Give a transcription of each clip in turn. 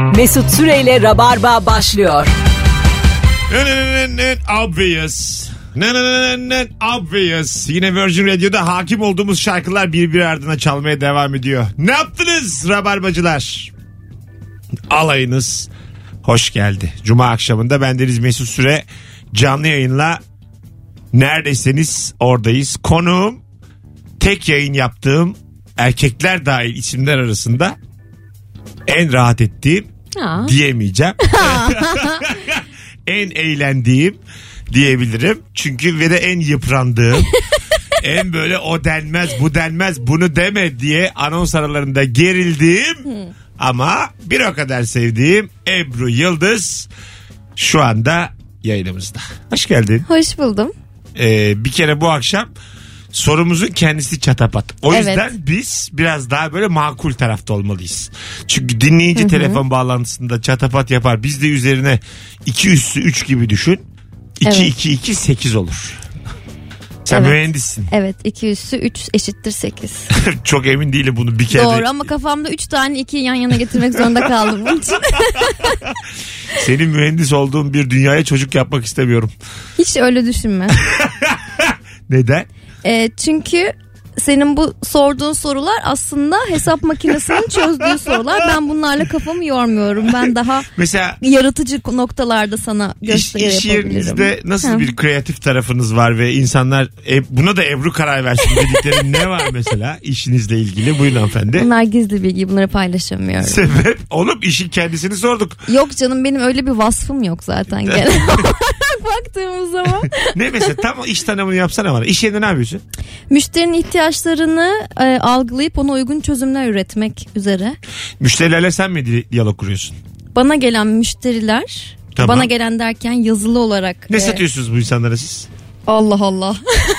Mesut Süreyle Rabarba başlıyor. Obvious. Obvious. Yine Virgin Radio'da hakim olduğumuz şarkılar birbiri ardına çalmaya devam ediyor. Ne yaptınız Rabarbacılar? Alayınız hoş geldi. Cuma akşamında bendeniz Mesut Süre canlı yayınla neredeyseniz oradayız. Konuğum tek yayın yaptığım erkekler dahil isimler arasında en rahat ettiğim diyemeyeceğim. En eğlendiğim diyebilirim. Çünkü ve de en yıprandığım. En böyle o denmez bu denmez bunu deme diye anons aralarında gerildiğim ama bir o kadar sevdiğim Ebru Yıldız şu anda yayınımızda. Hoş geldin. Hoş buldum. Bir kere bu akşam sorumuzun kendisi çatapat. O yüzden biz biraz daha böyle makul tarafta olmalıyız. Çünkü dinleyici telefon bağlantısında çatapat yapar. Biz de üzerine 2 üssü 3 gibi düşün. 2 8 olur. Sen mühendissin. Evet, 2 üssü 3 eşittir 8. Çok emin değilim bunu bir kere. Doğru ama kafamda 3 tane 2'yi yan yana getirmek zorunda kaldım bunun için. Senin mühendis olduğun bir dünyaya çocuk yapmak istemiyorum. Hiç öyle düşünme. Neden? Çünkü senin bu sorduğun sorular aslında hesap makinesinin çözdüğü sorular. Ben bunlarla kafamı yormuyorum. Ben daha mesela yaratıcı noktalarda sana gösteri yapabilirim. İş yerinizde nasıl bir kreatif tarafınız var ve insanlar buna da Ebru karar versin dedikleri ne var mesela işinizle ilgili? Buyurun hanımefendi. Bunlar gizli bilgi, bunları paylaşamıyorum. Sebep? Oğlum işin kendisini sorduk. Yok canım, benim öyle bir vasfım yok zaten genel baktığımız zaman. Ne mesela tam iş tanımını yapsana bana. İş yerinde ne yapıyorsun? Müşterinin ihtiyaçlarını algılayıp ona uygun çözümler üretmek üzere. Müşterilerle sen mi diyalog kuruyorsun? Bana gelen müşteriler, tamam. Bana gelen derken yazılı olarak. Ne satıyorsunuz bu insanlara siz? Allah Allah.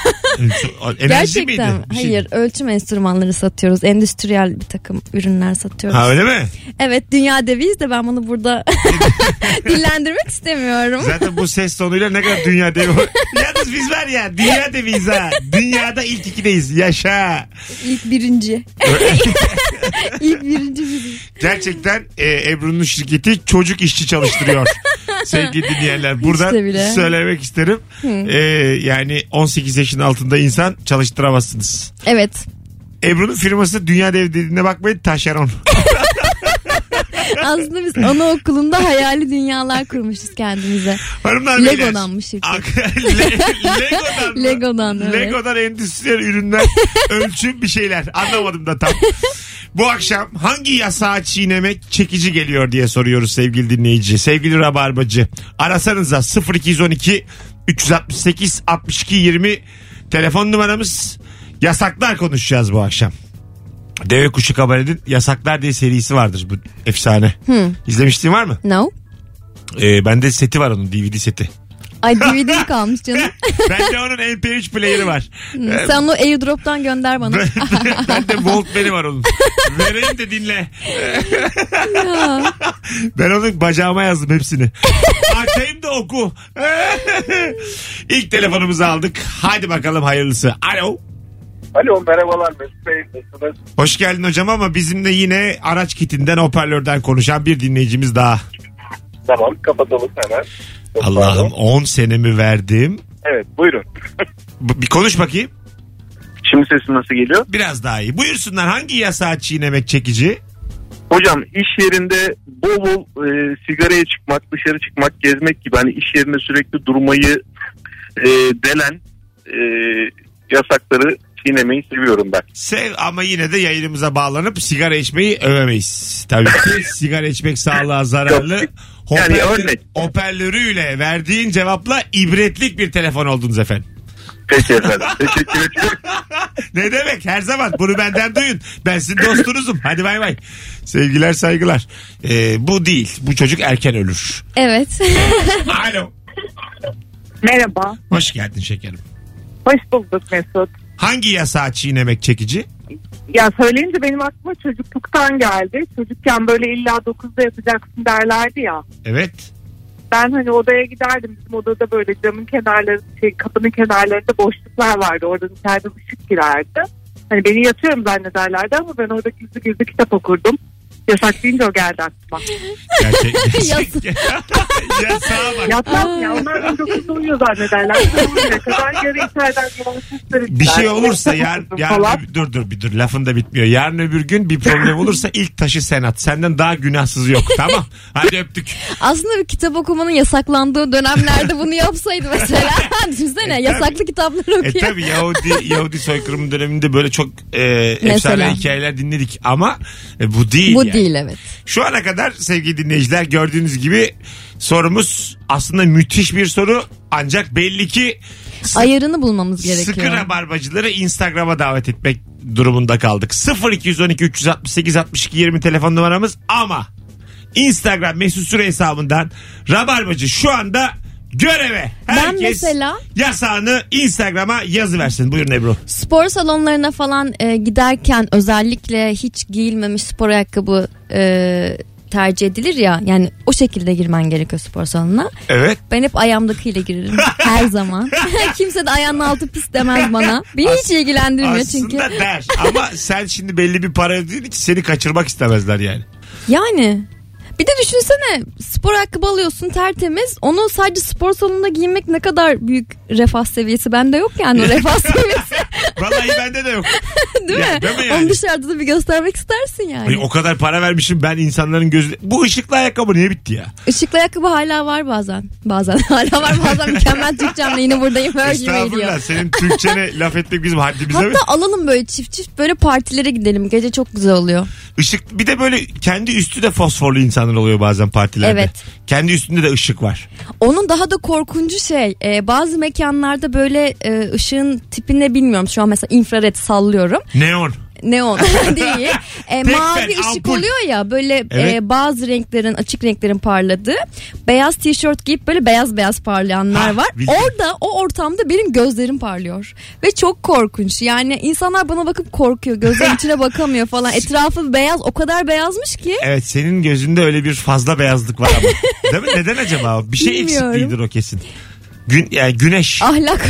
Gerçekten miydi? hayır, ölçüm enstrümanları satıyoruz. Endüstriyel bir takım ürünler satıyoruz. Ha öyle mi? Evet, dünya deviyiz de ben bunu burada dillendirmek istemiyorum. Zaten bu ses tonuyla ne kadar dünya devi. Yalnız biz var ya dünya deviyiz ha. Dünyada ilk 2'deyiz. Yaşa. İlk birinci. İlk birinci biziz. Gerçekten Ebru'nun şirketi çocuk işçi çalıştırıyor. Sevgili dinleyenler. Buradan söylemek isterim. Yani 18 yaşın altında insan çalıştıramazsınız. Evet. Ebru'nun firması dünya devi dediğine bakmayın, taşeron. Aslında biz anaokulunda hayali dünyalar kurmuşuz kendimize. Hanımlar Lego'danmış şirket. Lego'dan. Evet. Lego'dan endüstriyel ürünler, ölçüm bir şeyler. Anlamadım da tam. Bu akşam hangi yasağı çiğnemek çekici geliyor diye soruyoruz sevgili dinleyici. Sevgili Rabarbacı. Arasanıza 0212 368 62 20 telefon numaramız. Yasaklar konuşacağız bu akşam. Deve Kuşu Kabare'nin Yasaklar diye serisi vardır, bu efsane. İzlemiştin var mı? No. Bende seti var, onun DVD seti. Ay DVD mi kalmış canım? Bende onun MP3 player'ı var. Sen onu AirDrop'tan gönder bana. Bende Walkman'i var onun. Vereyim de dinle. Ben onun bacağıma yazdım hepsini. Açayım da oku. İlk telefonumuzu aldık. Hadi bakalım hayırlısı. Alo. Alo, merhabalar Mesut Bey. Nasılsınız? Hoş geldin hocam, ama bizimle yine araç kitinden, hoparlörden konuşan bir dinleyicimiz daha. Tamam, kapatalım hemen. Allah'ım, 10 senemi verdim. Evet, buyurun. Bir konuş bakayım. Şimdi sesim nasıl geliyor? Biraz daha iyi. Buyursunlar, hangi yasağı çiğnemek çekici? Hocam, iş yerinde bol bol sigaraya çıkmak, dışarı çıkmak, gezmek gibi, hani iş yerinde sürekli durmayı delen yasakları çiğnemeyi seviyorum ben. Sev, ama yine de yayınımıza bağlanıp sigara içmeyi övemeyiz. Tabii ki sigara içmek sağlığa zararlı. Hoparlörüyle verdiğin cevapla ibretlik bir telefon oldunuz efendim. Peki efendim. Teşekkür ederim. Ne demek, her zaman bunu benden duyun. Ben sizin dostunuzum. Hadi bay bay. Sevgiler, saygılar. Bu değil. Bu çocuk erken ölür. Evet. Alo. Merhaba. Hoş geldin şekerim. Hoş bulduk Mesut. Hangi yasağı çiğnemek çekici? Ya söyleyince benim aklıma çocukluktan geldi. Çocukken böyle illa 9'da yatacaksın derlerdi ya. Evet. Ben hani odaya giderdim. Bizim odada böyle camın kenarları, kapının kenarlarında boşluklar vardı. Oradan içeride ışık girerdi. Hani beni yatıyorum zannederlerdi ama ben orada gizli kitap okurdum. Yasak deyince o geldi aklıma. Gerçekten. Yasağa bak. Yatmaz ya. Onlar da çok kötü uyuyor zannederler. Ne kadar yarı içeriden yalan bir şey olursa yarın dur lafın da bitmiyor. Yarın öbür gün bir problem olursa ilk taşı sen at. Senden daha günahsız yok. Tamam. Hadi öptük. Aslında bir kitap okumanın yasaklandığı dönemlerde bunu yapsaydı mesela. Düşünsene yasaklı kitapları okuyor. Tabii Yahudi soykırım döneminde böyle çok efsane hikayeler dinledik ama bu değil. Bu yani. değil evet. Şu ana kadar sevgili dinleyiciler gördüğünüz gibi sorumuz aslında müthiş bir soru ancak belli ki ayarını bulmamız gerekiyor. Sıkı rabarbacıları Instagram'a davet etmek durumunda kaldık. 0212 368 62 20 telefon numaramız ama Instagram Mesut Süre hesabından rabarbacı şu anda göreve. Herkes ben mesela yasağını Instagram'a yazıversin. Buyurun Ebru. Spor salonlarına falan giderken özellikle hiç giyilmemiş spor ayakkabı tercih edilir ya. Yani o şekilde girmen gerekiyor spor salonuna. Evet. Ben hep ayağımdakiyle girerim. Her zaman. Kimse de ayağının altı pis demez bana. Beni hiç ilgilendirmiyor çünkü. Aslında der ama sen şimdi belli bir para ödediğin için seni kaçırmak istemezler yani. Yani... Bir de düşünsene spor ayakkabı alıyorsun tertemiz. Onu sadece spor salonunda giymek ne kadar büyük refah seviyesi. Bende yok yani o refah seviyesi. Vallahi bende de yok. Değil mi? Yani? Onu dışarıda da bir göstermek istersin yani. O kadar para vermişim ben insanların gözü. Bu ışıklı ayakkabı niye bitti ya? Işıklı ayakkabı hala var bazen. Hala var bazen mükemmel Türkçemle yine buradayım. Estağfurullah senin Türkçene laf etmek bizim haddimize mi? Hatta alalım böyle çift böyle partilere gidelim. Gece çok güzel oluyor. Işık bir de böyle kendi üstü de fosforlu insanlar oluyor bazen partilerde. Evet. Kendi üstünde de ışık var. Onun daha da korkuncu bazı mekanlarda böyle ışığın tipini bilmiyorum. Şu an mesela infrared sallıyorum. Neon değil. Mavi ışık ampul oluyor ya böyle evet. Bazı renklerin açık renklerin parladığı. Beyaz tişört giyip böyle beyaz parlayanlar var. Bildim. Orada o ortamda benim gözlerim parlıyor. Ve çok korkunç. Yani insanlar bana bakıp korkuyor. Gözlerin içine bakamıyor falan. Etrafı beyaz o kadar beyazmış ki. Evet senin gözünde öyle bir fazla beyazlık var ama. Değil mi? Neden acaba? Bir şey eksikliğidir o kesin. Yani güneş. Ahlak.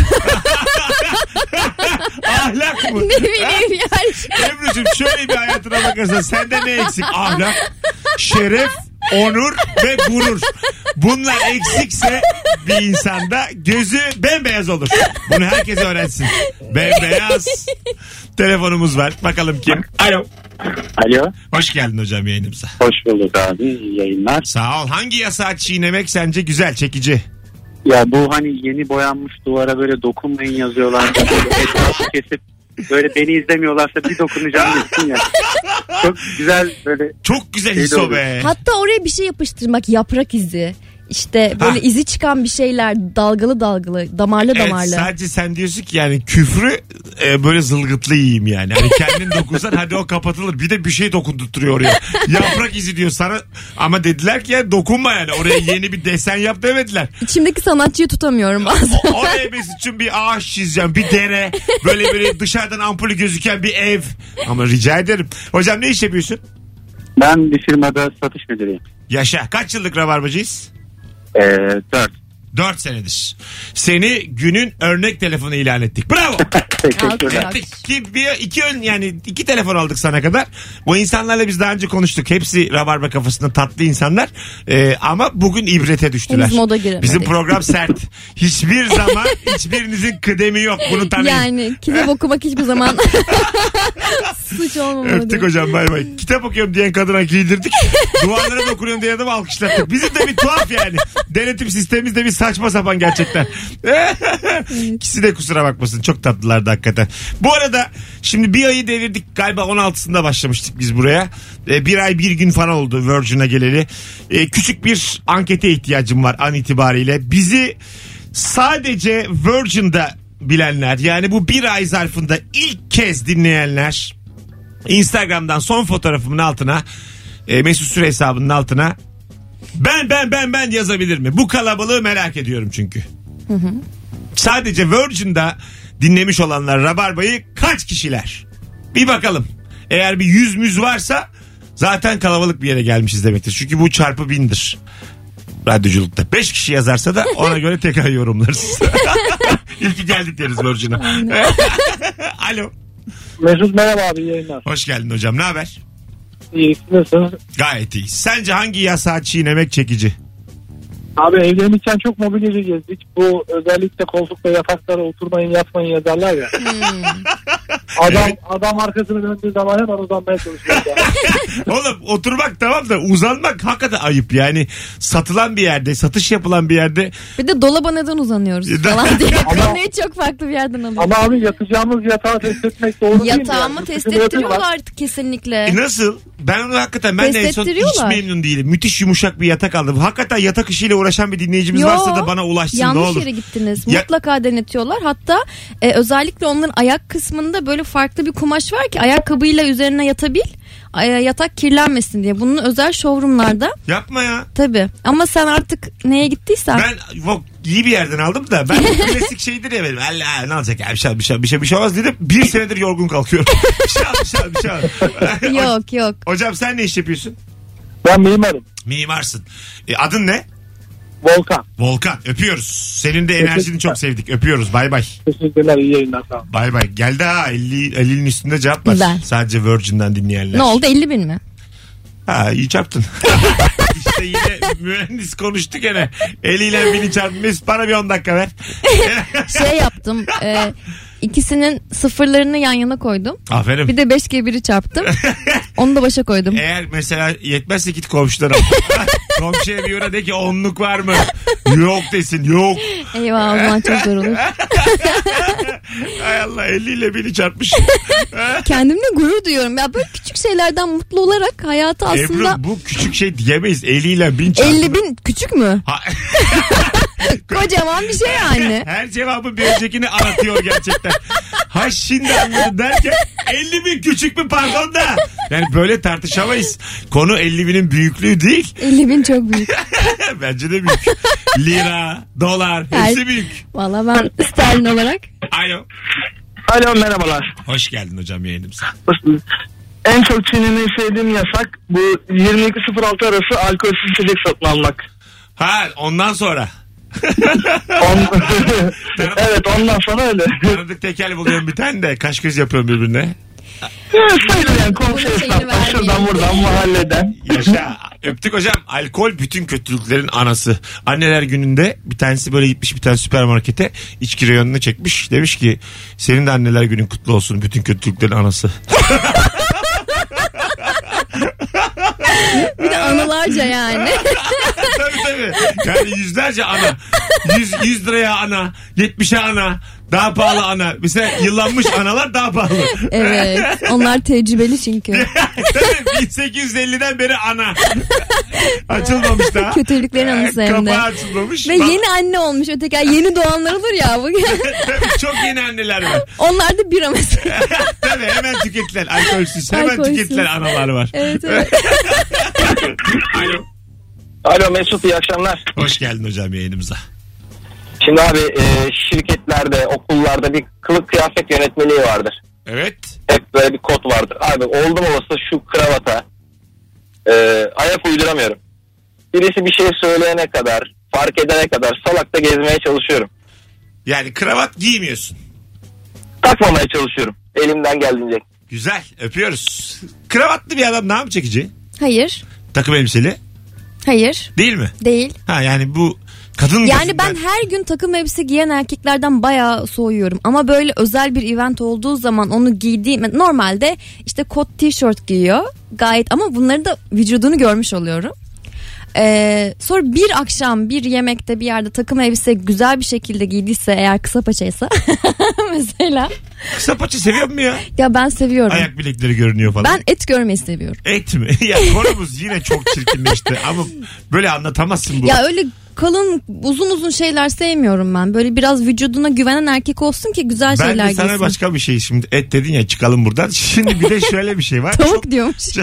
Ahlak mı? Ne bileyim yani. Ebru'cum şöyle bir hayatına bakarsan sende ne eksik? Ahlak, şeref, onur ve gurur. Bunlar eksikse bir insanda gözü bembeyaz olur. Bunu herkes öğrensin. Bembeyaz. Telefonumuz var. Bakalım kim? Alo. Alo. Hoş geldin hocam yayınımıza. Hoş bulduk abi. İyi yayınlar. Sağ ol. Hangi yasağı çiğnemek sence güzel, çekici? Ya bu hani yeni boyanmış duvara böyle dokunmayın yazıyorlar. Etrafı kesip böyle beni izlemiyorlarsa bir dokunacağım desin ya. Çok güzel böyle. Çok güzel his o be. Hatta oraya bir şey yapıştırmak, yaprak izi. İşte böyle izi çıkan bir şeyler dalgalı damarlı. Evet, sadece sen diyorsun ki yani küfrü böyle zılgıtlı yiyeyim yani. Hani kendin dokunsan hadi o kapatılır. Bir de bir şey dokundurtuyor oraya. Yaprak izi diyor sana ama dediler ki ya dokunma yani. Oraya yeni bir desen yap demediler. İçimdeki sanatçıyı tutamıyorum bazen. Oraya Mesut'cum bir ağaç çizeceğim, bir dere, böyle dışarıdan ampulü gözüken bir ev. Ama rica ederim. Hocam ne iş yapıyorsun? Ben bir firmada satış müdürüyüm. Yaşa. Kaç yıllık rabarbacıyız? 4 senedir. Seni günün örnek telefonu ilan ettik. Bravo. Teşekkürler. İki telefon aldık sana kadar. Bu insanlarla biz daha önce konuştuk. Hepsi rabarba kafasında tatlı insanlar. Ama bugün ibrete düştüler. Henüz moda giremedik. Bizim program sert. Hiçbir zaman hiçbirinizin kıdemi yok. Bunu tanıyın. Yani kitap okumak hiçbir zaman suç olmamalı. Öptük hocam bay bay. Kitap okuyorum diyen kadına giydirdik. Duvarlara dokunuyorum diyen adamı alkışlattık. Bizim de bir tuhaf yani. Denetim sistemimiz de bir saçma sapan gerçekten. İkisi de kusura bakmasın. Çok tatlılardı hakikaten. Bu arada şimdi bir ayı devirdik. Galiba 16'sında başlamıştık biz buraya. Bir ay bir gün falan oldu Virgin'e geleli. Küçük bir ankete ihtiyacım var an itibariyle. Bizi sadece Virgin'da bilenler, yani bu bir ay zarfında ilk kez dinleyenler, Instagram'dan son fotoğrafımın altına, Mesut Süre hesabının altına ben yazabilir mi? Bu kalabalığı merak ediyorum çünkü. Sadece Virgin'da dinlemiş olanlar Rabarba'yı kaç kişiler? Bir bakalım. Eğer bir 100 varsa zaten kalabalık bir yere gelmişiz demektir. Çünkü bu çarpı 1000'dir. Radyoculukta 5 kişi yazarsa da ona göre tekrar yorumlarız. İyi ki geldik deriz Virgin'a. Alo. Mesut merhaba abi, yayınlar. Hoş geldin hocam, ne haber? İyi, nasılsınız? Gayet iyi. Sence hangi yasağı çiğnemek çekici? Abi evlenirken çok mobilyacı gezdik. Bu özellikle koltukta yataklara oturmayın yatmayın yazarlar ya. Adam arkasını döndüğü zaman hemen uzanmaya çalışıyor. Oğlum oturmak tamam da uzanmak hakikaten ayıp. Yani satılan bir yerde, satış yapılan bir yerde. Bir de dolaba neden uzanıyoruz falan diye. Konuyu çok farklı bir yerden alıyor. Ama abi yatacağımız yatağı test etmek doğru değil mi? Yatağımı test ettiriyorlar artık kesinlikle. Nasıl? Ben onu hakikaten ben de en son hiç memnun değilim. Müthiş yumuşak bir yatak aldım. Hakikaten yatak işiyle uğraşan bir dinleyicimiz varsa da bana ulaşsın ne olur. Yanlış yere gittiniz. Mutlaka denetiyorlar. Hatta özellikle onların ayak kısmında böyle farklı bir kumaş var ki ayakkabıyla üzerine yatabil. Yatak kirlenmesin diye. Bunun özel showroomlarda. Yapma ya. Tabii. Ama sen artık neye gittiysen. Ben iyi bir yerden aldım da ben klasik şeydir ya benim. Allah ne olacak ya bir şey olmaz dedim. Bir senedir yorgun kalkıyorum. bir şey. Yok. Hocam sen ne iş yapıyorsun? Ben mimarım. Mimarsın. Adın ne? Volkan. Öpüyoruz. Senin de enerjini çok sevdik. Öpüyoruz. Bay bay. Teşekkürler. İyi yayınlar. Sağ ol. Bay bay. Geldi ha 50'nin üstünde cevap var. Güzel. Sadece Virgin'den dinleyenler. Ne oldu 50.000 mi? Ha iyi çarptın. İşte yine mühendis konuştu gene. Eliyle 1000'i çarpmış. Bana bir 10 dakika ver. Yaptım. İkisinin sıfırlarını yan yana koydum. Aferin. Bir de 5G1'i çarptım. Onu da başa koydum. Eğer mesela yetmezse git komşulara. Komşuya bir yöre de ki 10'luk var mı? Yok desin yok. Eyvah o zaman çok zor olur. Hay Allah 50 ile 1000'i çarpmış. Kendimle gurur duyuyorum. Ya böyle küçük şeylerden mutlu olarak hayatı aslında. Ebru bu küçük şey diyemeyiz. 50 ile 1000 çarpmış. 50.000 küçük mü? Kocaman bir şey yani. Her cevabın bir öncekini aratıyor gerçekten. Ha şimdi anladım derken 50.000 küçük mü pardon da. Yani böyle tartışamayız. Konu 50.000'in büyüklüğü değil. 50.000 çok büyük. Bence de büyük. Lira, dolar hepsi büyük. Valla ben sterlin olarak. Alo merhabalar. Hoş geldin hocam yayınımıza. En çok çiğnemeyi sevdiğim yasak bu 22.06 arası alkolsüz içecek satın almak. Ha ondan sonra. Evet ondan sonra öyle. Tanıdık tekel buluyorum bir tane de kaş göz yapıyorum birbirine. Sayılır yani komşu esnaftan şuradan buradan mahalleden. Yaşa. Öptük hocam. Alkol bütün kötülüklerin anası. Anneler gününde bir tanesi böyle gitmiş bir tane süpermarkete içki reyonuna çekmiş. Demiş ki senin de anneler günün kutlu olsun bütün kötülüklerin anası. Bir de anılarca yani. Tabii. Yani yüzlerce ana. 100 liraya ana. 70'e ana. Daha pahalı ana. Mesela yıllanmış analar daha pahalı. Evet. Onlar tecrübeli çünkü. Tabii 1850'den beri ana. Açılmamış daha. Kötülüklerin anısı hem de. Kapağı açılmamış. Ve yeni anne olmuş öteki. Yeni doğanlar olur ya. Tabii çok yeni anneler var. Onlar da bira mesela. Tabii hemen tüketilen alkolsüz. Hemen tüketilen analar var. Evet. Alo Mesut iyi akşamlar. Hoş geldin hocam yayınımıza. Şimdi abi şirketlerde, okullarda bir kılık kıyafet yönetmeliği vardır. Evet. Hep böyle bir kod vardır. Abi oldum olası şu kravata ayak uyduramıyorum. Birisi bir şey söyleyene kadar, fark edene kadar salakta gezmeye çalışıyorum. Yani kravat giymiyorsun. Takmamaya çalışıyorum. Elimden geldiğince. Güzel öpüyoruz. Kravatlı bir adam ne yapacak çekici? Hayır. Takım elbiseli? Hayır. Değil mi? Değil. Ha yani bu kadın yani gözünden... ben her gün takım elbise giyen erkeklerden bayağı soğuyorum. Ama böyle özel bir event olduğu zaman onu giydiğim... Normalde işte kot tişört giyiyor. Gayet ama bunları da vücudunu görmüş oluyorum. Sonra bir akşam bir yemekte bir yerde takım elbise güzel bir şekilde giydiyse eğer kısa paçaysa mesela. Kısa paça seviyor mu ya? Ya ben seviyorum. Ayak bilekleri görünüyor falan. Ben et görmeyi seviyorum. Et mi? Ya konumuz yine çok çirkinleşti ama böyle anlatamazsın bu. Ya öyle kalın uzun şeyler sevmiyorum ben. Böyle biraz vücuduna güvenen erkek olsun ki güzel şeyler giysin. Ben de sana başka bir şey şimdi et dedin ya çıkalım buradan. Şimdi bir de şöyle bir şey var. Tavuk diyormuş.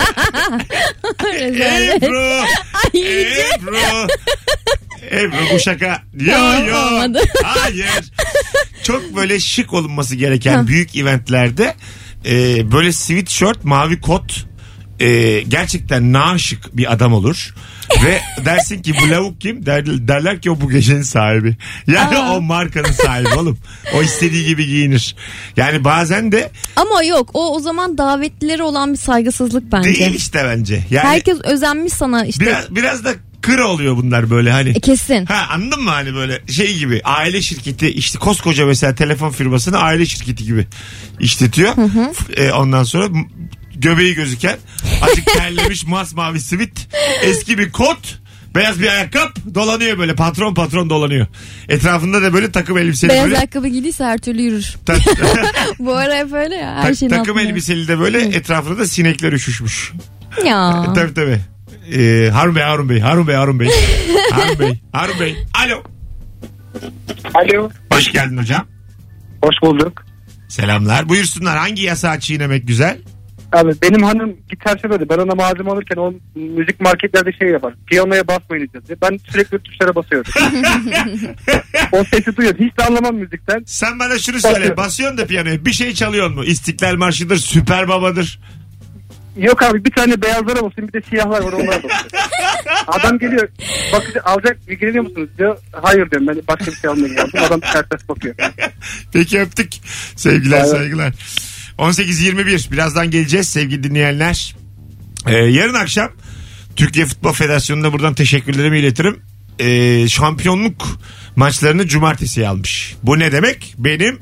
Ebru bu şaka. Yok. Hayır. Çok böyle şık olunması gereken büyük eventlerde böyle sweatshirt, mavi kot gerçekten naşık bir adam olur. Ve dersin ki bu lavuk kim? Derler ki o bu gecenin sahibi. Yani o markanın sahibi oğlum. O istediği gibi giyinir. Yani bazen de. Ama yok, o zaman davetlileri olan bir saygısızlık bence. Değil işte bence. Yani herkes özenmiş sana işte. Biraz da kır oluyor bunlar böyle hani. Kesin. Anladın mı hani böyle şey gibi, aile şirketi işte, koskoca mesela telefon firmasını aile şirketi gibi işletiyor. Ondan sonra göbeği gözüken, azıcık terlemiş masmavi sivit, eski bir kot, beyaz bir ayakkabı dolanıyor böyle, patron dolanıyor. Etrafında da böyle takım elbiseli. Beyaz böyle. ayakkabı giydiyse her türlü yürür. Bu ara hep öyle ya. Her şeyin takım elbiseli de böyle, etrafında da sinekler üşüşmüş. Ya. Tabii. Harun Bey. Alo. Alo. Hoş geldin hocam. Hoş bulduk. Selamlar. Buyursunlar. Hangi yasağı çiğnemek güzel? Abi benim hanım gitar severdi. Ben ona malzeme alırken o müzik marketlerde şey yapar. Piyanoya basmayın diye. Ben sürekli tuşlara basıyorum. O sesi duyuyorum. Hiç de anlamam müzikten. Sen bana şunu söyle. Basıyorsun da piyanoya. Bir şey çalıyorsun mu? İstiklal Marşı'dır, Süper Baba'dır. Yok abi, bir tane beyazlara basayım, bir de siyahlar var, onlara basıyorum. Adam geliyor, bakıcı alacak, ilgileniyor musunuz diyor. Hayır diyorum, ben başka bir şey almaya geldim. Adam ters bakıyor. Peki, öptük. Sevgiler, saygılar. 18.21 birazdan geleceğiz sevgili dinleyenler. Yarın akşam Türkiye Futbol Federasyonu'na buradan teşekkürlerimi iletirim. Şampiyonluk maçlarını cumartesiye almış. Bu ne demek? Benim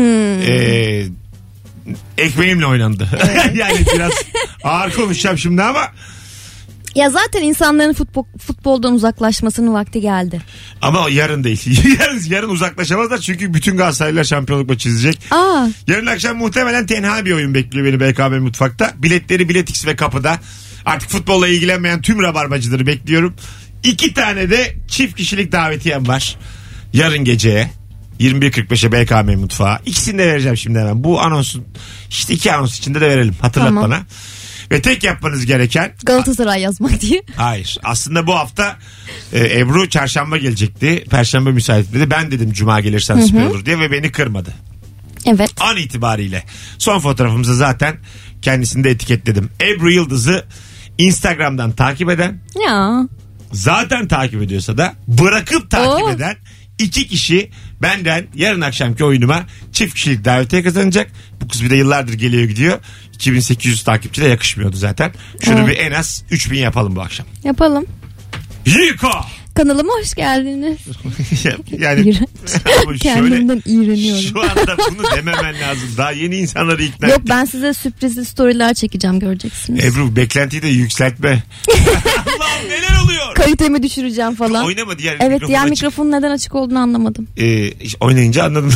ekmeğimle oynandı. Yani biraz ağır konuşacağım şimdi ama. Ya zaten insanların futboldan uzaklaşmasının vakti geldi. Ama yarın değil. yarın uzaklaşamazlar çünkü bütün Galatasaraylılar şampiyonluk maçı izleyecek. Yarın akşam muhtemelen tenha bir oyun bekliyor beni BKM Mutfak'ta. Biletleri Biletix ve kapıda. Artık futbolla ilgilenmeyen tüm rabarbacıları bekliyorum. 2 tane de çift kişilik davetiyem var. Yarın geceye 21.45'e BKM Mutfağı. İkisini de vereceğim şimdi hemen. Bu anonsun işte 2 anons içinde de verelim. Hatırlat bana. Ve tek yapmanız gereken Galatasaray yazmak diye. Hayır. Aslında bu hafta Ebru çarşamba gelecekti. Perşembe müsait dedi. Ben dedim cuma gelirsen süper olur diye ve beni kırmadı. Evet. An itibariyle. Son fotoğrafımızda zaten kendisini de etiketledim. Ebru Yıldız'ı Instagram'dan takip eden, zaten takip ediyorsa da bırakıp takip eden 2 kişi benden yarın akşamki oyunuma çift kişilik davetiye kazanacak. Bu kız bir de yıllardır geliyor gidiyor. 2800 takipçi de yakışmıyordu zaten. Şunu bir en az 3000 yapalım bu akşam. Yapalım. Yiko! Kanalıma hoş geldiniz. Yani kendimden iğreniyorum. Şu anda bunu dememen lazım. Daha yeni insanları ikna Yok, ben size sürprizli storyler çekeceğim, göreceksiniz. Ebru, beklentiyi de yükseltme. Allah'ım, neler oluyor? Kalitemi düşüreceğim falan. Oynama diğer evet, mikrofon diğer açık. mikrofonun neden açık olduğunu anlamadım. Oynayınca anladım.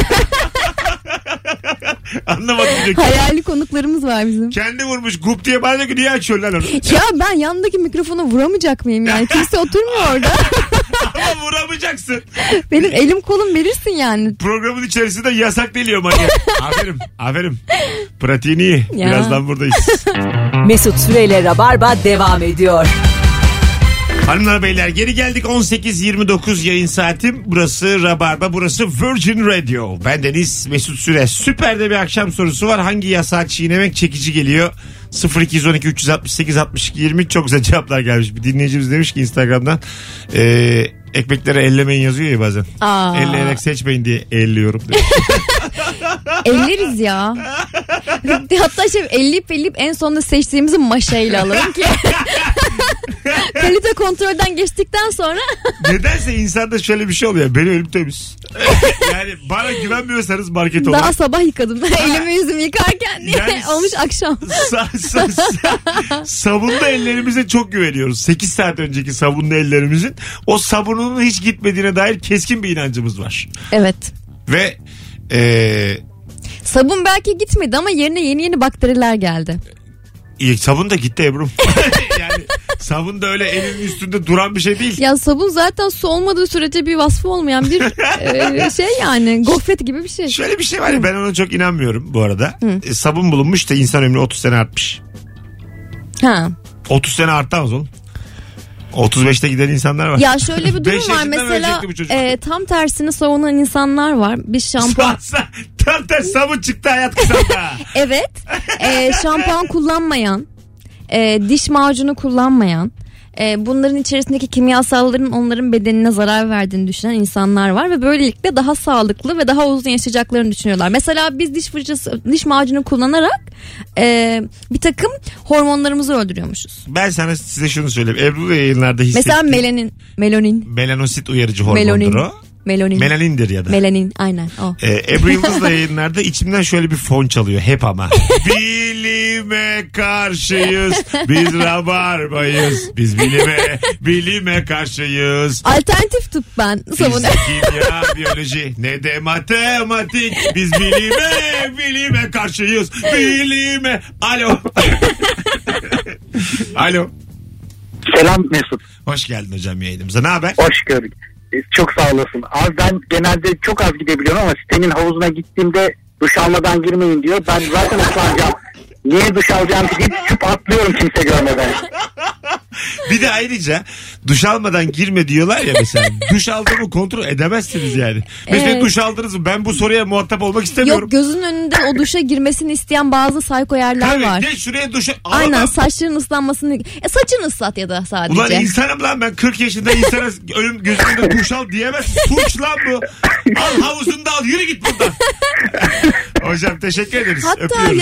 Anlamadım diyor. Hayali konuklarımız var bizim. Kendi vurmuş gup diye bana diyor ki niye açıyorsun lan onu? Ya ben yanındaki mikrofona vuramayacak mıyım yani? Kimse oturmuyor orada. Ama vuramayacaksın. Benim elim kolum verirsin yani. Programın içerisinde yasak deliyor manyak. Aferin. Pratiğin iyi. Ya. Birazdan buradayız. Mesut Süreyle Rabarba devam ediyor. Hanımlar beyler, geri geldik. 18.29 yayın saatim. Burası Rabarba, burası Virgin Radio. Bendeniz Mesut Süre. Süper'de bir akşam sorusu var. Hangi yasağı çiğnemek çekici geliyor? 0212 368 62 20. Çok güzel cevaplar gelmiş. Bir dinleyicimiz demiş ki Instagram'dan ekmekleri ellemeyin yazıyor ya bazen. Elleyerek seçmeyin diye elliyorum demiş. Elleriz ya. Hatta elleyip en sonunda seçtiğimizi maşayla alalım ki. Kalite kontrolden geçtikten sonra. Nedense insanda şöyle bir şey oluyor. Benim elim temiz. Yani bana güvenmiyorsanız market olun. Daha sabah yıkadım. Elimi yüzümü yıkarken yani olmuş akşam. Sabunlu ellerimize çok güveniyoruz. 8 saat önceki sabunlu ellerimizin o sabunun hiç gitmediğine dair keskin bir inancımız var. Evet. Ve sabun belki gitmedi ama yerine yeni bakteriler geldi. Sabun da gitti Ebru. Yani sabun da öyle elinin üstünde duran bir şey değil. Ya sabun zaten su olmadığı sürece bir vasfı olmayan bir şey yani. Gofret gibi bir şey. Şöyle bir şey var ya, ben ona çok inanmıyorum bu arada. Sabun bulunmuş da insan ömrü 30 sene artmış. 30 sene artmaz oğlum. 35'te giden insanlar var. Ya şöyle bir durum var mesela, tam tersini savunan insanlar var. Bir şampuan. Tam tersi, sabun çıktı hayat kısaldı. Evet. Şampuan kullanmayan, diş macunu kullanmayan, bunların içerisindeki kimyasalların onların bedenine zarar verdiğini düşünen insanlar var ve böylelikle daha sağlıklı ve daha uzun yaşayacaklarını düşünüyorlar. Mesela biz diş macunu kullanarak bir takım hormonlarımızı öldürüyormuşuz. Ben size şunu söyleyeyim. Ebru yayınlarda hissettim. Mesela melanosit uyarıcı hormondur o. Melanindir ya da. Melanin aynen o. Ebru Yıldız da yayınlarda içimden şöyle bir fon çalıyor hep ama. Bilime karşıyız. Biz rabarbayız. Biz bilime karşıyız. Alternatif tıp ben savunuyorum. Kimya, biyoloji ne de matematik. Biz bilime karşıyız. Bilime. Alo. Alo. Selam Mesut. Hoş geldin hocam yayınımıza. Ne haber? Hoş gördük. Çok sağ olasın. Abi ben genelde çok az gidebiliyorum ama senin havuzuna gittiğimde duş almadan girmeyin diyor. Ben zaten ıslanacağım. Niye duş alacağım deyip çıp atlıyorum kimse görmeden. Bir de ayrıca duş almadan girme diyorlar ya mesela. Duş aldığımı kontrol edemezsiniz yani. Mesela duş aldınız mı? Ben bu soruya muhatap olmak istemiyorum. Yok, gözünün önünde o duşa girmesini isteyen bazı psycho yerler var. Gel şuraya duşa. Aynen, saçların ıslanmasını. Saçını ıslat ya da sadece. Ulan insanım lan ben, 40 yaşında insana gözünün önünde duş al diyemez. Suç lan bu. Al havuzunu da al, yürü git buradan. Hocam teşekkür ederiz. Hatta öpüyoruz.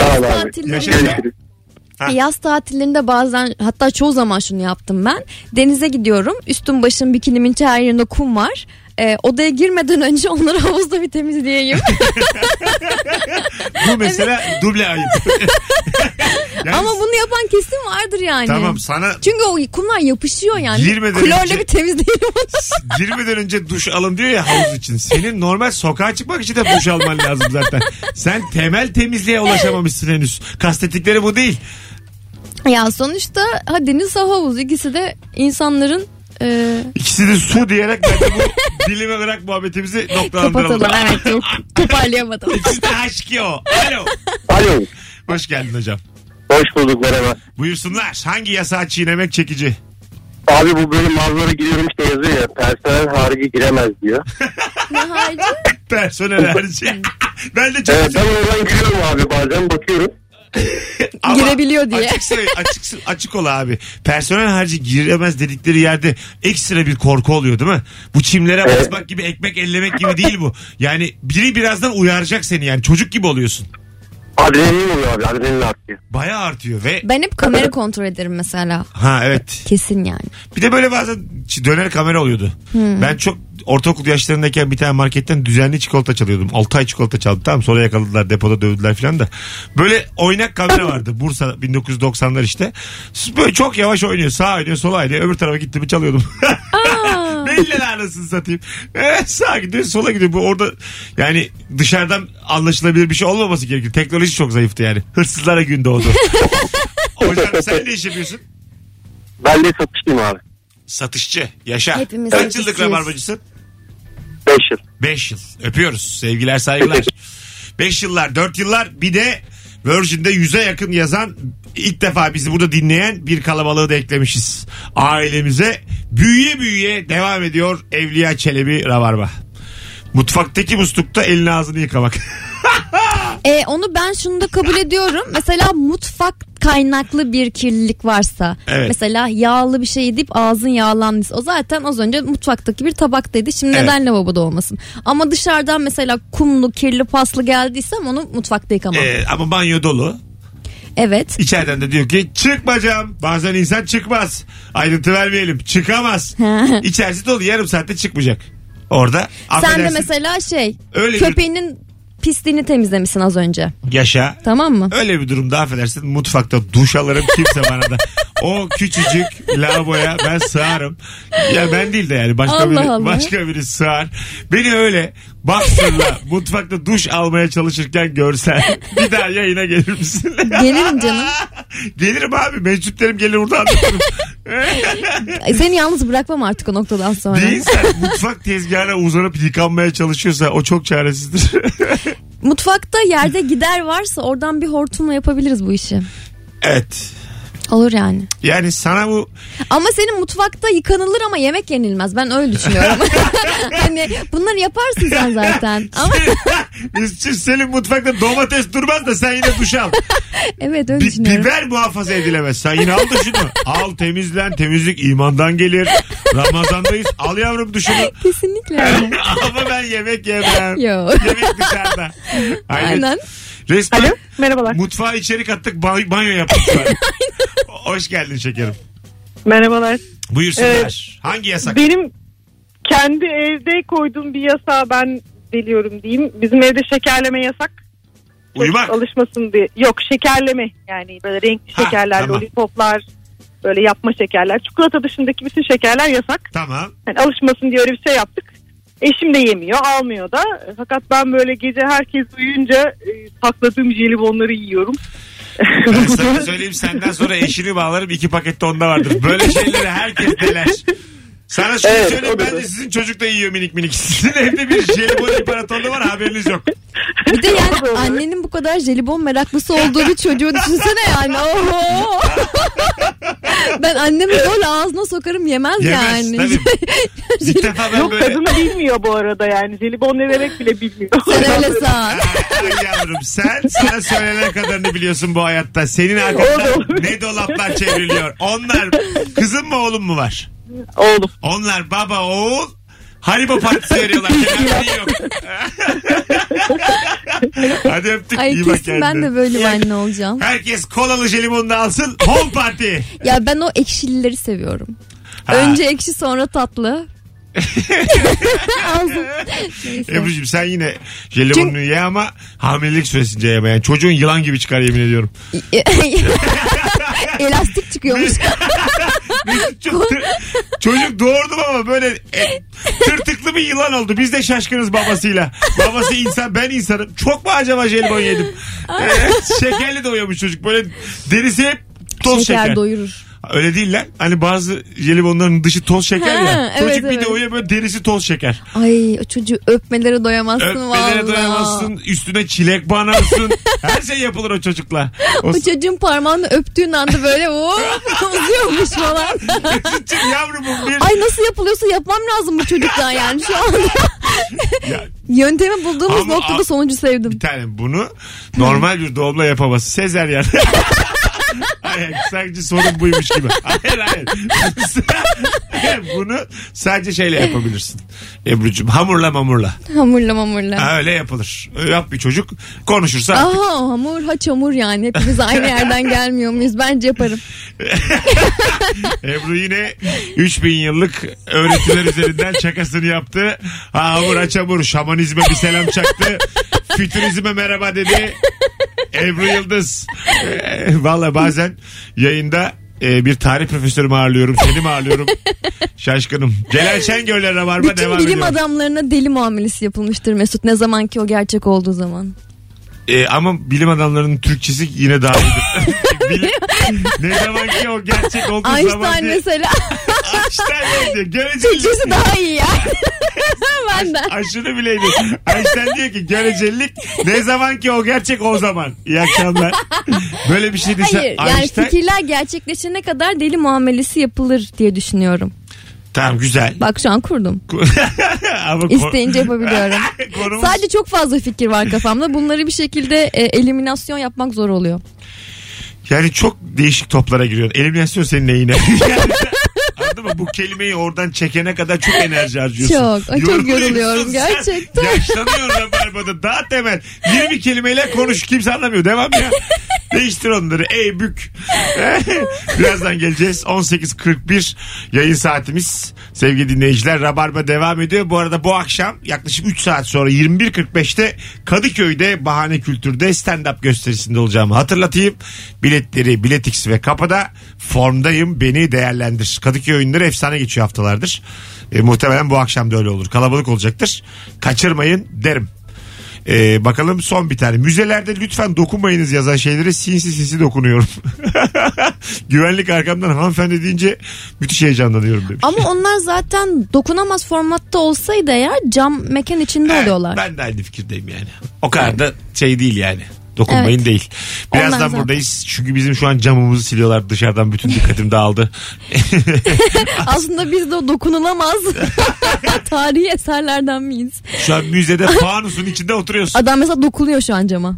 Yaz tatillerinde bazen, hatta çoğu zaman şunu yaptım ben. Denize gidiyorum. Üstüm başım bikinimin her yerinde kum var. Odaya girmeden önce onları havuzda bir temizleyeyim. Bu mesela duble ayıp. Yani, ama bunu yapan kesin vardır yani. Tamam sana. Çünkü o kumlar yapışıyor yani. Klorla bir temizleyelim onu. Girmeden önce duş alın diyor ya havuz için. Senin normal sokağa çıkmak için de duş alman lazım zaten. Sen temel temizliğe ulaşamamışsın henüz. Kastettikleri bu değil. Ya sonuçta deniz havuz, ikisi de insanların İkisi de su diyerek bence bu bilime bırak muhabbetimizi noktalandıralım. Kapatalım, evet, çok toparlayamadım. İkisi de H2O. Alo. Alo. Hoş geldin hocam. Hoş bulduk, merhaba. Buyursunlar. Hangi yasağı çiğnemek çekici? Abi bu böyle mağazalara giriyorum işte, yazıyor ya, personel harici giremez diyor. Ne harici? Personel harici. Ben de çok ben oradan giriyorum abi, bazen bakıyorum. Girebiliyor diye. Açık ol abi. Personel harici giremez dedikleri yerde ekstra bir korku oluyor değil mi? Bu çimlere basmak gibi, ekmek ellemek gibi değil bu. Yani biri birazdan uyaracak seni, yani çocuk gibi oluyorsun. Adrenalin oluyor abi, adrenalin artıyor. Bayağı artıyor ve... Ben hep kamera kontrol ederim mesela. Ha evet. Kesin yani. Bir de böyle bazen döner kamera oluyordu. Ben çok ortaokul yaşlarındayken bir tane marketten düzenli çikolata çalıyordum. 6 ay çikolata çaldım, tamam, sonra yakaladılar, depoda dövdüler falan da. Böyle oynak kamera vardı Bursa 1990'lar işte. Böyle çok yavaş oynuyor, sağa oynuyor, sola oynuyor, öbür tarafa gitti mi çalıyordum. Belli anasını satayım. Sağa gidiyor, sola gidiyor. Bu orada yani dışarıdan anlaşılabilir bir şey olmaması gerekir. Teknoloji çok zayıftı yani. Hırsızlara gün doğdu. Hocam sen ne iş yapıyorsun? Ben de satışçıyım abi. Satışçı. Yaşa. Hepimiz kaç yıllık rabarbacısın? 5 yıl. 5 yıl. Öpüyoruz. Sevgiler, saygılar. 5 yıllar, 4 yıllar, bir de Virgin'de 100'e yakın yazan, ilk defa bizi burada dinleyen bir kalabalığı da eklemişiz ailemize. Büyüye büyüye devam ediyor Evliya Çelebi Rabarba. Mutfaktaki muslukta elini ağzını yıkamak. Onu ben şunu da kabul ediyorum. Mesela mutfak kaynaklı bir kirlilik varsa. Evet. Mesela yağlı bir şey yedip ağzın yağlandıysa, o zaten az önce mutfaktaki bir tabaktaydı. Şimdi neden lavaboda olmasın? Ama dışarıdan mesela kumlu, kirli, paslı geldiysem onu mutfakta yıkamam. Ama banyo dolu. Evet. İçeriden de diyor ki çıkmayacağım. Bazen insan çıkmaz. Ayrıntı vermeyelim. Çıkamaz. İçerisi dolu, yarım saatte çıkmayacak. Orada sen de mesela köpeğinin pisliğini temizlemişsin az önce. Yaşa. Tamam mı? Öyle bir durumda affedersin, mutfakta duş alırım, kimse bana da. O küçücük lavaboya ben sığarım. Ya ben değil de yani başka biri sığar. Beni öyle boxer'la mutfakta duş almaya çalışırken görsen bir daha yayına gelir misin? Gelirim canım. Gelirim abi, meczuplerim gelir burada anlatırım. Seni yalnız bırakmam artık o noktadan sonra. Bir insan mutfak tezgahına uzanıp yıkanmaya çalışıyorsa o çok çaresizdir. Mutfakta yerde gider varsa oradan bir hortumla yapabiliriz bu işi. Evet. Olur yani. Yani sana bu... Ama senin mutfakta yıkanılır ama yemek yenilmez. Ben öyle düşünüyorum. Hani bunları yaparsın sen zaten. Ama... Senin mutfakta domates durmaz da sen yine duş al. Evet öyle düşünüyorum. Biber muhafaza edilemez. Sen yine al duşunu. Al, temizlen. Temizlik imandan gelir. Ramazandayız. Al yavrum duşunu. Kesinlikle öyle. Ama ben yemek yemem. Yok. Yemek dışarıda. Aynen. Resmen Alo, merhabalar. mutfağa içeri kattık, banyo yaptık. Hoş geldin şekerim. Merhabalar. Buyursunlar. Hangi yasak? Benim kendi evde koyduğum bir yasağı ben deliyorum diyeyim. Bizim evde şekerleme yasak. Uyumak. Alışmasın diye. Yok, şekerleme. Yani böyle renkli şekerler, tamam. lollipoplar, böyle yapma şekerler. Çikolata dışındaki bütün şekerler yasak. Tamam. Yani alışmasın diye öyle bir şey yaptık. Eşim de yemiyor, almıyor da. Fakat ben böyle gece herkes uyuyunca sakladığım jelibonları yiyorum. Ben sana söyleyeyim, senden sonra eşini bağlarım, 2 pakette onda vardır. Böyle şeyleri herkes deler. Sana şunu söyleyeyim, bence sizin çocuk da yiyor minik minik. Sizin evde bir jelibon imparatorluğu var, haberiniz yok. Bir de yani annenin bu kadar jelibon meraklısı olduğu bir çocuğu düşünsene yani. Oho. Ben annemi böyle ağzına sokarım yemez yani. Tabii. İlk defa ben Yok, böyle... kadını bilmiyor bu arada yani. Jelibon ne demek bile bilmiyor. Sen öyle san. Ay yavrum, sen sana söylenen kadarını biliyorsun bu hayatta. Senin arkandan ne dolaplar çevriliyor. Onlar kızın mı oğlun mu var? Oğlum. Onlar baba oğul Haribo partisi veriyorlar. Kenarları yok. Hadi öptük. Ay iyi bak kesin kendine. ben de böyle bir anne olacağım. Herkes kolalı jelibonunu alsın. Home party. Ya ben o ekşilileri seviyorum. Ha. Önce ekşi sonra tatlı. Ağzım. Neyse. Ebru'cum sen yine jelibonunu ye ama hamilelik süresince yeme. Yani çocuğun yılan gibi çıkar, yemin ediyorum. Elastik çıkıyormuş. Çocuk doğurdum ama böyle tırtıklı bir yılan oldu. Biz de şaşkınız babasıyla. Babası insan, ben insanım. Çok mu acaba jelibon yedim? Şekerli doyuyormuş çocuk. Böyle derisi hep toz şeker. Doyurur. Öyle değil lan. Hani bazı jelibonların dışı toz şeker ya. Çocuk evet, bir de uyuyor böyle, derisi toz şeker. Ay o çocuğu öpmelere doyamazsın Öpmelere vallahi. doyamazsın. Üstüne çilek banarsın. Her şey yapılır o çocukla. O çocuğun parmağını öptüğün anda böyle uzuyormuş falan. Mesut'cum yavrumun bir... Ay nasıl yapılıyorsa yapmam lazım bu çocuktan yani şu anda. Yöntemi bulduğumuz noktada sonucu sevdim. Bir tane bunu normal bir doğumla yapamazsın. Sezeryan. Hayır, sadece sorun buymuş gibi. Hayır. Bunu sadece şeyle yapabilirsin. Ebru'cum hamurla. Hamurla. Ha, öyle yapılır. Yap bir çocuk konuşursa. Aha hamur ha çamur yani. Hepimiz aynı yerden gelmiyor muyuz? Bence yaparım. Ebru yine 3000 yıllık öğretiler üzerinden şakasını yaptı. Ha, hamur ha çamur. Şamanizme bir selam çaktı. Fütürizme merhaba dedi. Ebru Yıldız. Valla bazen yayında bir tarih profesörümü ağırlıyorum. Seni mi ağırlıyorum? Şaşkınım. Celal Şengör'le Rabarba devam ediyor. Bütün bilim adamlarına deli muamelesi yapılmıştır Mesut. Ne zaman ki o gerçek olduğu zaman. Ama bilim adamlarının Türkçesi yine daha iyidir. Ne zaman ki o gerçek olduğu Einstein zaman diye. mesela. Einstein diyor. Görecelik. Türkçesi daha iyi yani. Benden. Aşırı bileydi. Einstein diyor ki görecelik ne zaman ki o gerçek o zaman. İyi akşamlar. Böyle bir şey dese Hayır yani Einstein... fikirler gerçekleşene kadar deli muamelesi yapılır diye düşünüyorum. Tamam güzel. Bak şu an kurdum. Ama İsteyince yapabiliyorum. Konumuz... Sadece çok fazla fikir var kafamda. Bunları bir şekilde eliminasyon yapmak zor oluyor. Yani çok değişik toplara giriyorsun. Eliminasyon senin neyine? Anladın mı? Bu kelimeyi oradan çekene kadar çok enerji harcıyorsun. Çok yoruluyorum gerçekten. Yaşlanıyorum Rabarba'da. Daha temel 20 kelimeyle konuş, kimse anlamıyor. Devam ya. Değiştir onları. Ey bük. Birazdan geleceğiz. 18.41 yayın saatimiz. Sevgili dinleyiciler, Rabarba devam ediyor. Bu arada bu akşam yaklaşık 3 saat sonra 21.45'te Kadıköy'de Bahane Kültür'de stand-up gösterisinde olacağımı hatırlatayım. Biletleri Biletix ve Kapı'da. Formdayım, beni değerlendir. Kadıköy oyunları efsane geçiyor haftalardır. Muhtemelen bu akşam da öyle olur. Kalabalık olacaktır. Kaçırmayın derim. Bakalım son bir tane. Müzelerde lütfen dokunmayınız yazan şeylere sinsi dokunuyorum. Güvenlik arkamdan hanımefendi deyince müthiş heyecanlanıyorum demiş. Ama onlar zaten dokunamaz formatta olsaydı eğer cam mekan içinde oluyorlar. Ben de aynı fikirdeyim yani. O kadar da şey değil yani. Dokunmayın Evet. değil. Birazdan Onlar zaten. buradayız. Çünkü bizim şu an camımızı siliyorlar dışarıdan. Bütün dikkatim dağıldı. Aslında biz de o dokunulamaz tarihi eserlerden miyiz? Şu an müzede fanusun içinde oturuyorsun. Adam mesela dokunuyor şu an cama.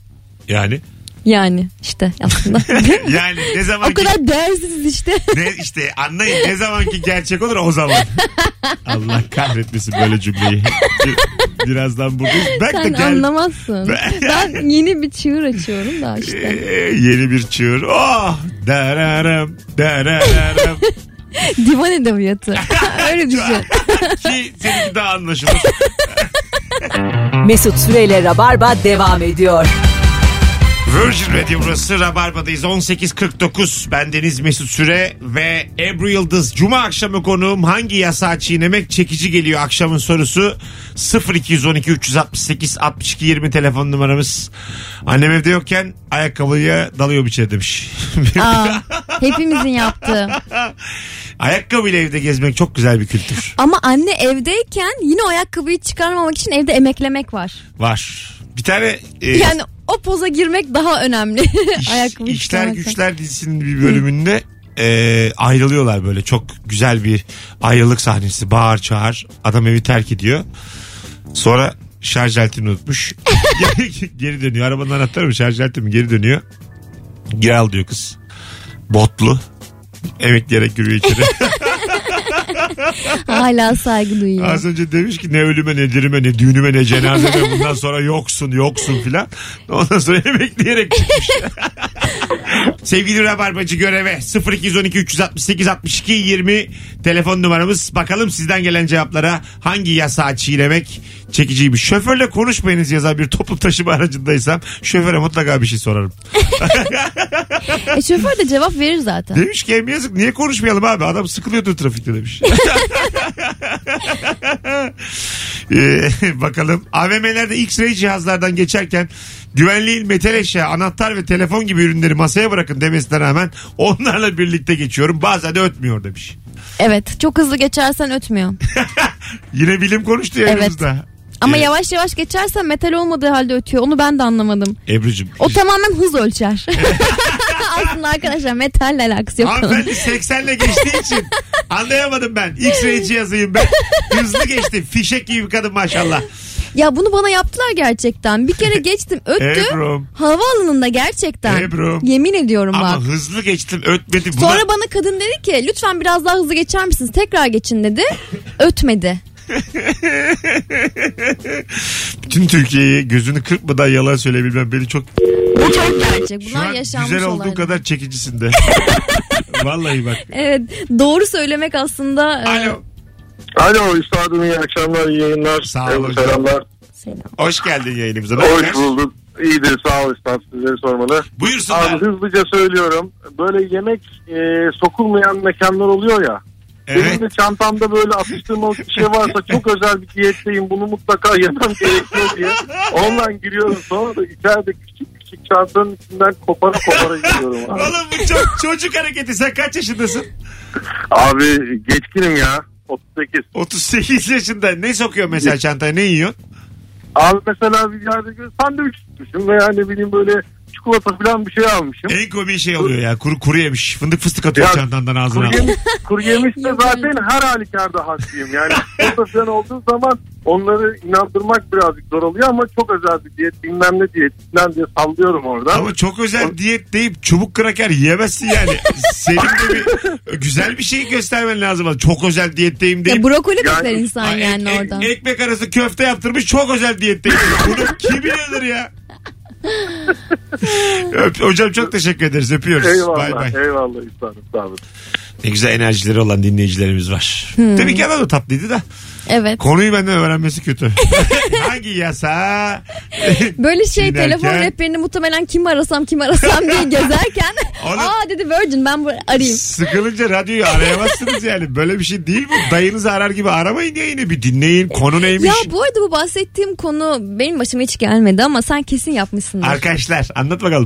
Yani işte aslında. yani ne zaman O kadar değersiz işte. ne işte anlayın ne zamanki gerçek olur o zaman. Allah kahretmesin böyle cümleyi. Birazdan buradayız. Sen anlamazsın. Ben yeni bir çığır açıyorum da işte. Yeni bir çığır. Oh! Dararam, dararam. Divan edebiyatı. Öyle düşün. Ki seninki daha anlaşılır. Mesut Süreyle Rabarba devam ediyor. Virgin Radio burası. Rabarba'dayız. 18.49. Bendeniz Mesut Süre ve Ebru Yıldız. Cuma akşamı konuğum hangi yasağı çiğnemek çekici geliyor akşamın sorusu. 0212 368 62 20 telefon numaramız. Annem evde yokken ayakkabıya dalıyor içeri demiş. Hepimizin yaptığı. Ayakkabıyla evde gezmek çok güzel bir kültür. Ama anne evdeyken yine o ayakkabıyı çıkarmamak için evde emeklemek var. Var. Bir tane yani o poza girmek daha önemli. Ayakkabı İşler çıkarmaktan. Güçler dizisinin bir bölümünde ayrılıyorlar böyle. Çok güzel bir ayrılık sahnesi. Bağır çağır. Adam evi terk ediyor. Sonra şarj aletini unutmuş. Geri dönüyor. Arabanın anahtarı mı? Şarj aleti mi? Geri dönüyor. Geri al diyor kız. Botlu. Emekleyerek yürüyor içeri. Hala saygı duyuyor. Az önce demiş ki ne ölüme ne dirime ne düğünüme ne cenazeme bundan sonra yoksun filan. Ondan sonra emekleyerek gitmiş. Sevgili Rabarbacı göreve 0212 368 62 20 telefon numaramız. Bakalım sizden gelen cevaplara hangi yasağı çiğnemek çekiciymiş. Şoförle konuşmayınız yazan bir toplu taşıma aracındaysam şoföre mutlaka bir şey sorarım. Şoför de cevap verir zaten. Demiş ki hem yazık niye konuşmayalım abi adam sıkılıyordur trafikte demiş. Bakalım AVM'lerde X-ray cihazlardan geçerken güvenliğin metal eşya, anahtar ve telefon gibi ürünleri masaya bırakın demesine rağmen onlarla birlikte geçiyorum. Bazen de ötmüyor demiş. Evet, çok hızlı geçersen ötmüyor. Yine bilim konuştu yayınımızda. Evet. Ama yavaş yavaş geçersen metal olmadığı halde ötüyor. Onu ben de anlamadım. Ebru'cum. O tamamen hız ölçer. Aslında arkadaşlar metalle alakası yok. Hanımefendi 80'le geçtiği için anlayamadım ben. X-ray cihazıyım ben. Hızlı geçti. Fişek gibi bir kadın maşallah. Ya bunu bana yaptılar gerçekten. Bir kere geçtim öttü. Ebru'm. Havaalanında gerçekten. Ebru'm. Yemin ediyorum Ama bak. hızlı geçtim ötmedi. Sonra bana kadın dedi ki lütfen biraz daha hızlı geçer misiniz? Tekrar geçin dedi. Ötmedi. Bütün Türkiye'yi gözünü kırpmadan yalan söyleyebilmem beni çok... Bu çok gerçek. Şu Bunlar an yaşanmış güzel olduğu olaylar. kadar çekicisin de. Vallahi bak. Evet, doğru söylemek aslında. Alo. Alo üstadım iyi akşamlar iyi yayınlar. Sağ olun. Selamlar. Hoş geldin yayınımıza. Hoş bulduk. İyidir sağ ol üstad sizleri sormalı. Buyursunlar. Abi hızlıca söylüyorum. Böyle yemek sokulmayan mekanlar oluyor ya. Evet. Benim de çantamda böyle atıştırmalık bir şey varsa çok özel bir diyetteyim bunu mutlaka yemem gerekiyor diye. Ondan giriyorum sonra da içeride küçük çantanın içinden kopara giriyorum abi. Oğlum bu çok çocuk hareketi. Sen kaç yaşındasın? Abi geçkinim ya 38. 38 yaşında. Ne sokuyor mesela çantaya? Ne yiyorsun? Abi mesela bir yerde sandviç tutmuşum veya ne bileyim böyle çikolata falan bir şey almışım. En komik şey oluyor ya. Kuru yemiş. Fındık fıstık atıyor Ya, çantandan ağzına. Kuru yemiş de zaten her halükarda haklıyım. Yani çikolata falan olduğu zaman onları inandırmak birazcık zor oluyor ama çok özel bir diyet bilmem ne diyet falan diye sallıyorum orada. Ama çok özel diyet deyip çubuk kraker yiyemezsin yani. Senin de bir güzel bir şey göstermen lazım. Çok özel diyetteyim deyip. Ya brokoli Yani- besler insan yani oradan. Ekmek arası köfte yaptırmış çok özel diyetteyim. Bunu kim bilir ya? Hocam çok teşekkür ederiz. Öpüyoruz. Eyvallah, Bay bay. eyvallah üstadım sağ olun. Ne güzel enerjileri olan dinleyicilerimiz var. Tabii ki adam da tatlıydı da. Evet. Konuyu benden öğrenmesi kötü. Hangi yasa? Böyle şey Çiğnerken- telefon rehberini muhtemelen kim arasam diye gezerken Oğlum- aa dedi Virgin ben arayayım. Sıkılınca radyoyu arayamazsınız yani. Böyle bir şey değil bu. Dayınızı arar gibi aramayın yayını. Bir dinleyin. Konu neymiş? Ya bu arada bu bahsettiğim konu benim başıma hiç gelmedi ama sen kesin yapmışsındır. Arkadaşlar anlat bakalım.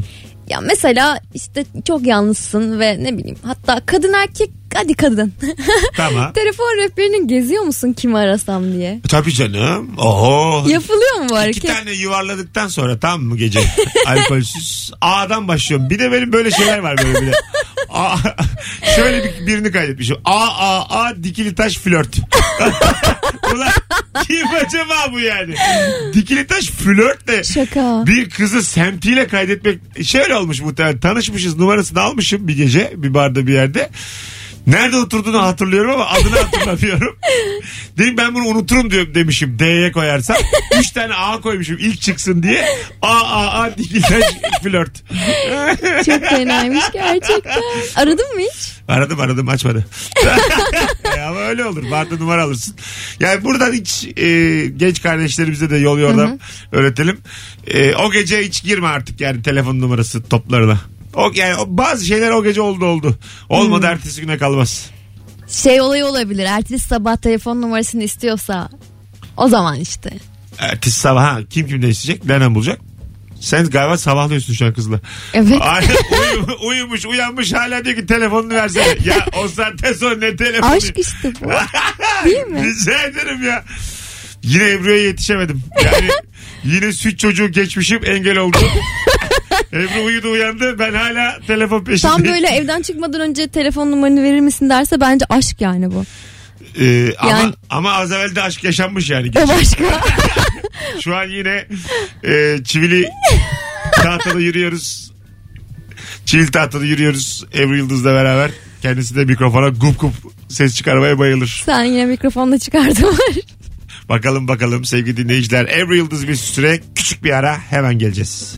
Ya mesela işte çok yalnızsın ve ne bileyim hatta kadın erkek hadi kadın. Tamam. Telefon rehberinin geziyor musun kimi arasam diye. Tabii canım. Oho. Yapılıyor mu bu hareket? 2 tane yuvarladıktan sonra tamam mı gece? Alkolsüz. A'dan başlıyorum. Bir de benim böyle şeyler var böyle bir de. Şöyle birini kaydetmişim. A dikili taş flört. Ulan kim acaba bu yani? Dikili taş flörtle. Şaka. Bir kızı semtiyle kaydetmek şöyle olmuş muhtemelen. Tanışmışız, numarasını almışım bir gece bir barda bir yerde. Nerede oturduğunu hatırlıyorum ama adını hatırlamıyorum. Dedim ben bunu unuturum diyorum demişim. D'ye koyarsam. 3 tane A koymuşum ilk çıksın diye. A dikiltaş flört. Çok fenaymış gerçekten. Aradın mı hiç? Aradım açmadı. Ama öyle olur. Barda numara alırsın. Yani buradan hiç genç kardeşlerimize de yol yordam öğretelim. O gece hiç girme artık yani telefon numarası toplarına. Bazı şeyler o gece oldu. Olmadı ertesi güne kalmaz. Şey olayı olabilir. Ertesi sabah telefon numarasını istiyorsa o zaman işte. Ertesi sabah kim kimden isteyecek? Nereden bulacak? Sen galiba sabahlıyorsun şu an kızla. Evet. Uyumuş uyanmış hala diyor ki telefonunu versene. Ya o saatten sonra ne telefonu? Aşk işte bu. Değil mi? Rica ederim ya. Yine Ebru'ya yetişemedim. Yani yine süt çocuğu geçmişim engel oldu. Ebru uyudu uyandı ben hala telefon peşindeyim. Tam böyle evden çıkmadan önce telefon numaranı verir misin derse bence aşk yani bu. Yani, ama az evvel de aşk yaşanmış yani. O başka. Şu an yine çivili tahtada yürüyoruz. Çivili tahtada yürüyoruz Ebru Yıldız'la beraber. Kendisi de mikrofona gup gup ses çıkarmaya bayılır. Sen yine mikrofonla çıkardın. Bakalım sevgili dinleyiciler. Ebru Yıldız Mesut Süre küçük bir ara hemen geleceğiz.